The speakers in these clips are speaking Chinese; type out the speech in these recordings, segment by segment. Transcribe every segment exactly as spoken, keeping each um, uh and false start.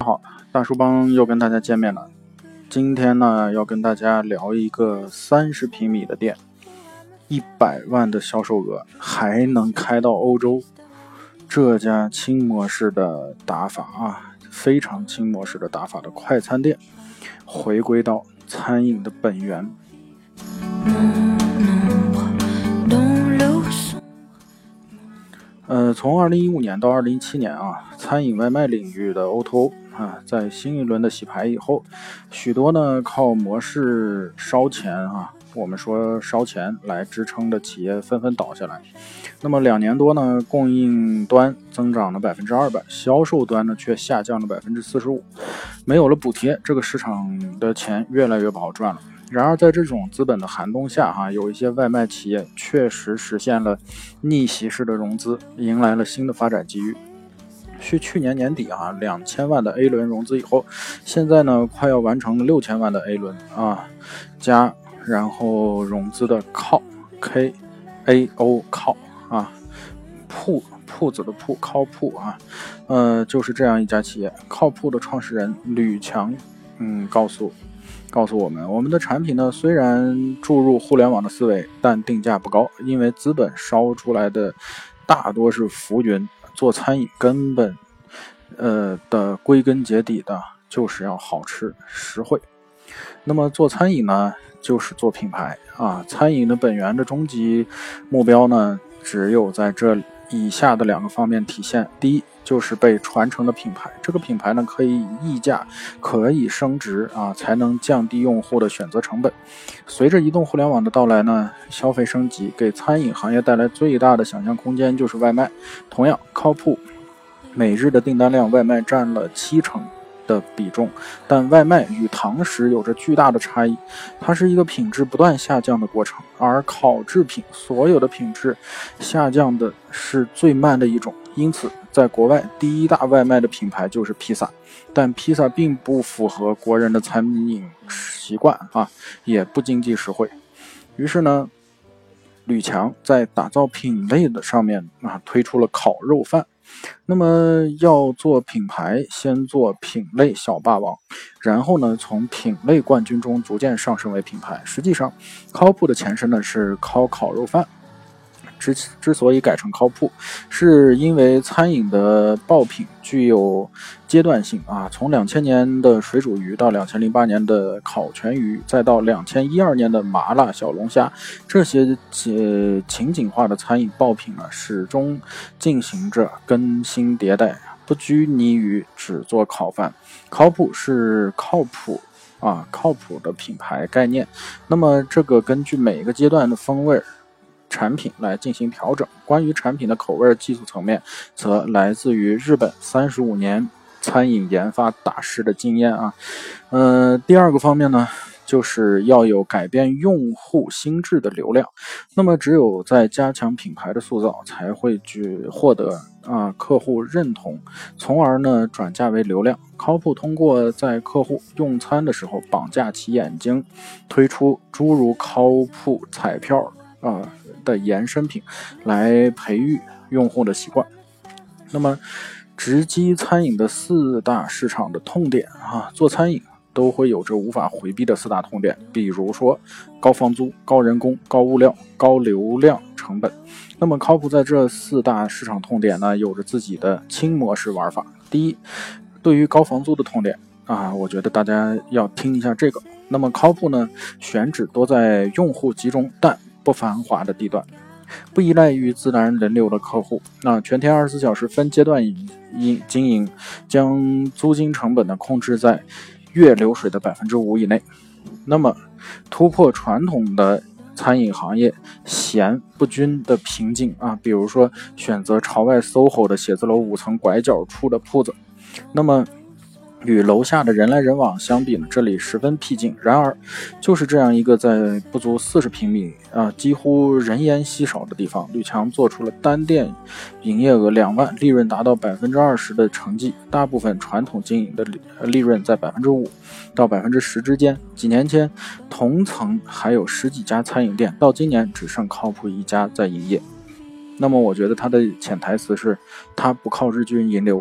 好，大叔帮又跟大家见面了。今天呢，要跟大家聊一个三十平米的店，一百万的销售额，还能开到欧洲。这家轻模式的打法啊，非常轻模式的打法的快餐店，回归到餐饮的本源。呃，从二零一五年到二零一七年啊，餐饮外卖领域的 O to O 啊，在新一轮的洗牌以后，许多呢靠模式烧钱啊，我们说烧钱来支撑的企业纷纷倒下来。那么两年多呢，供应端增长了百分之二百，销售端呢却下降了百分之四十五。没有了补贴，这个市场的钱越来越不好赚了。然而在这种资本的寒冬下哈、啊，有一些外卖企业确实实现了逆袭式的融资，迎来了新的发展机遇。去去年年底啊，两千万的 A 轮融资以后，现在呢快要完成了六千万的 A 轮啊，加然后融资的靠 K A O 靠啊铺铺子的铺靠铺啊，呃就是这样一家企业。靠铺的创始人吕强嗯告诉告诉我们，我们的产品呢虽然注入互联网的思维，但定价不高，因为资本烧出来的大多是浮云。做餐饮根本呃的归根结底的就是要好吃实惠。那么做餐饮呢就是做品牌啊，餐饮的本源的终极目标呢只有在这以下的两个方面体现。第一，就是被传承的品牌，这个品牌呢可以溢价，可以升值啊，才能降低用户的选择成本。随着移动互联网的到来呢，消费升级给餐饮行业带来最大的想象空间就是外卖。同样，靠铺每日的订单量外卖占了七成的比重，但外卖与堂食有着巨大的差异，它是一个品质不断下降的过程，而烤制品所有的品质下降的是最慢的一种。因此在国外第一大外卖的品牌就是披萨，但披萨并不符合国人的餐饮习惯啊，也不经济实惠。于是呢，吕强在打造品类的上面啊推出了烤肉饭。那么要做品牌，先做品类小霸王，然后呢从品类冠军中逐渐上升为品牌。实际上靠铺的前身呢是烤烤肉饭，之之所以改成靠铺，是因为餐饮的爆品具有阶段性啊，从两千年的水煮鱼到两千零八年的烤全鱼，再到两千一二年的麻辣小龙虾，这些呃情景化的餐饮爆品呢，始终进行着更新迭代，不拘泥于只做烤饭。靠谱是靠谱啊，靠谱的品牌概念。那么这个根据每个阶段的风味产品来进行调整。关于产品的口味技术层面，则来自于日本三十五年餐饮研发大师的经验啊。呃，第二个方面呢，就是要有改变用户心智的流量。那么只有在加强品牌的塑造，才会去获得啊客户认同，从而呢转嫁为流量。靠铺通过在客户用餐的时候绑架其眼睛，推出诸如靠铺彩票啊的延伸品，来培育用户的习惯。那么直击餐饮的四大市场的痛点啊，做餐饮都会有着无法回避的四大痛点，比如说高房租、高人工、高物料、高流量成本。那么靠铺在这四大市场痛点呢，有着自己的轻模式玩法。第一，对于高房租的痛点啊，我觉得大家要听一下这个。那么靠铺呢，选址多在用户集中但不繁华的地段，不依赖于自然人流的客户，那全天二十四小时分阶段经营，将租金成本呢控制在月流水的百分之五以内。那么突破传统的餐饮行业闲不均的瓶颈啊，比如说选择朝外 S O H O 的写字楼五层拐角处的铺子，那么与楼下的人来人往相比呢，这里十分僻静。然而就是这样一个在不足四十平米啊，几乎人烟稀少的地方，吕强做出了单店营业额两万，利润达到百分之二十的成绩。大部分传统经营的利润在百分之五到百分之十之间。几年前同层还有十几家餐饮店，到今年只剩靠谱一家在营业。那么我觉得他的潜台词是，他不靠日均引流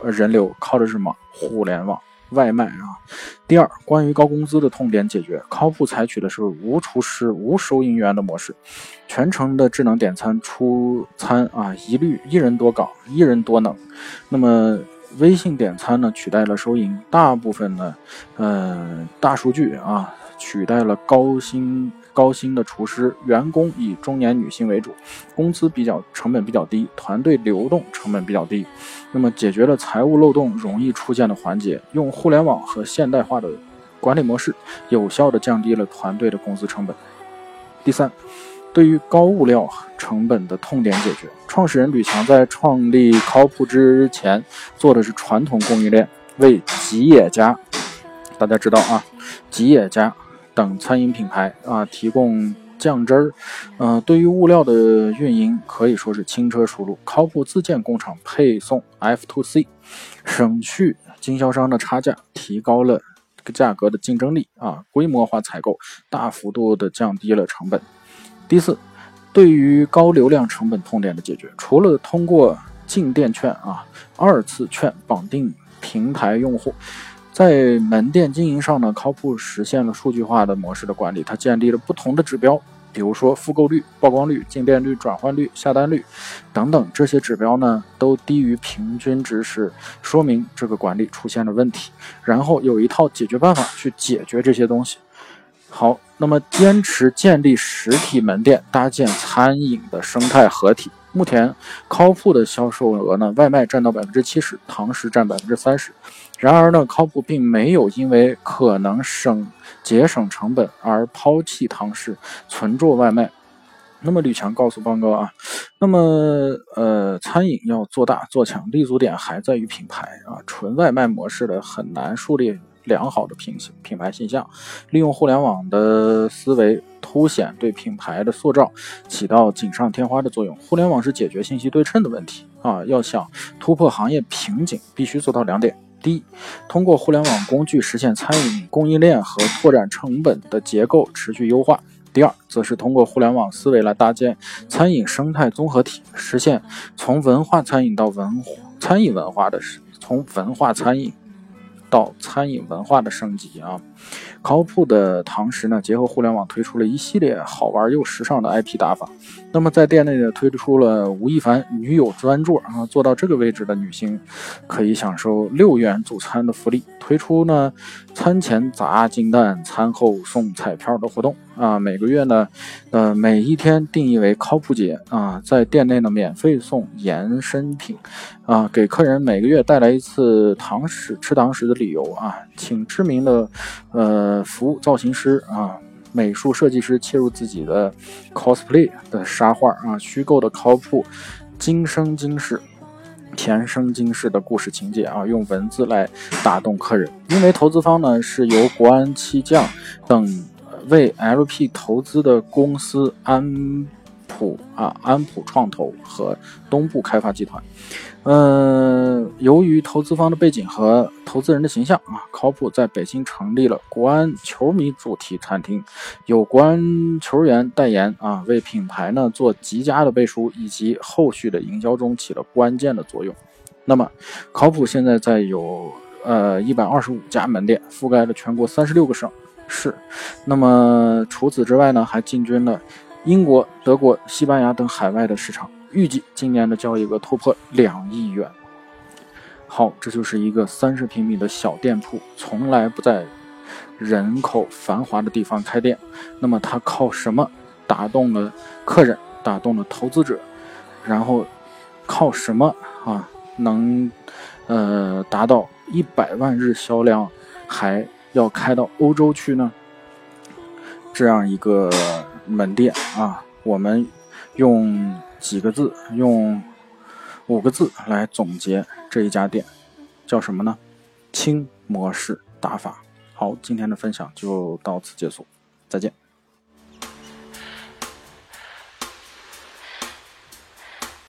人流，靠的是什么？互联网。外卖啊。第二，关于高工资的痛点解决，靠谱采取的是无厨师、无收银员的模式，全程的智能点餐出餐啊，一律一人多岗，一人多能。那么微信点餐呢，取代了收银，大部分呢，呃，大数据啊，取代了高薪。高薪的厨师，员工以中年女性为主，工资比较成本比较低，团队流动成本比较低，那么解决了财务漏洞容易出现的环节，用互联网和现代化的管理模式，有效地降低了团队的工资成本。第三，对于高物料成本的痛点解决，创始人吕强在创立靠谱之前做的是传统供应链，为吉野家，大家知道啊，吉野家等餐饮品牌啊提供酱汁儿，呃，对于物料的运营可以说是轻车熟路。靠谱自建工厂配送 F to C， 省去经销商的差价，提高了价格的竞争力啊，规模化采购，大幅度的降低了成本。第四，对于高流量成本痛点的解决，除了通过进店券啊、二次券绑定平台用户。在门店经营上呢，靠谱实现了数据化的模式的管理，它建立了不同的指标，比如说复购率、曝光率、进店率、转换率、下单率等等，这些指标呢都低于平均值时，说明这个管理出现了问题，然后有一套解决办法去解决这些东西。好，那么坚持建立实体门店，搭建餐饮的生态合体。目前靠谱的销售额呢，外卖占到 百分之七十， 堂食占 百分之三十。然而呢，靠谱并没有因为可能省节省成本而抛弃堂食，存做外卖。那么吕强告诉邦哥啊，那么呃，餐饮要做大做强，立足点还在于品牌啊，纯外卖模式的很难树立良好的品品牌形象，利用互联网的思维凸显对品牌的塑造，起到锦上添花的作用。互联网是解决信息对称的问题啊，要想突破行业瓶颈，必须做到两点。第一，通过互联网工具实现餐饮供应链和拓展成本的结构持续优化。第二，则是通过互联网思维来搭建餐饮生态综合体，实现从文化餐饮到文餐饮文化的从文化餐饮到餐饮文化的升级啊。靠谱的堂食呢，结合互联网推出了一系列好玩又时尚的 I P 打法。那么在店内呢，推出了吴亦凡女友专座啊，做到这个位置的女性可以享受六元组餐的福利。推出呢餐前砸金蛋，餐后送彩票的活动啊，每个月呢，呃，每一天定义为靠谱节啊，在店内呢免费送延伸品啊，给客人每个月带来一次堂食吃堂食的理由啊，请知名的呃服务造型师啊、美术设计师切入自己的 cosplay 的沙画啊，虚构的靠谱今生今世田生今世的故事情节啊，用文字来打动客人。因为投资方呢是由国安七将等为 L P 投资的公司安普啊安普创投和东部开发集团。呃，由于投资方的背景和投资人的形象啊，靠谱在北京成立了国安球迷主题餐厅，有国安球员代言啊，为品牌呢做极佳的背书，以及后续的营销中起了关键的作用。那么，靠谱现在在有呃一百二十五家门店，覆盖了全国三十六个省市。那么除此之外呢，还进军了英国、德国、西班牙等海外的市场。预计今年的交易额突破两亿元。好，这就是一个三十平米的小店铺，从来不在人口繁华的地方开店。那么它靠什么打动了客人，打动了投资者？然后靠什么啊能呃达到一百万日销量，还要开到欧洲去呢？这样一个门店啊，我们用几个字，用五个字来总结这一家店，叫什么呢？轻模式打法。好，今天的分享就到此结束，再见。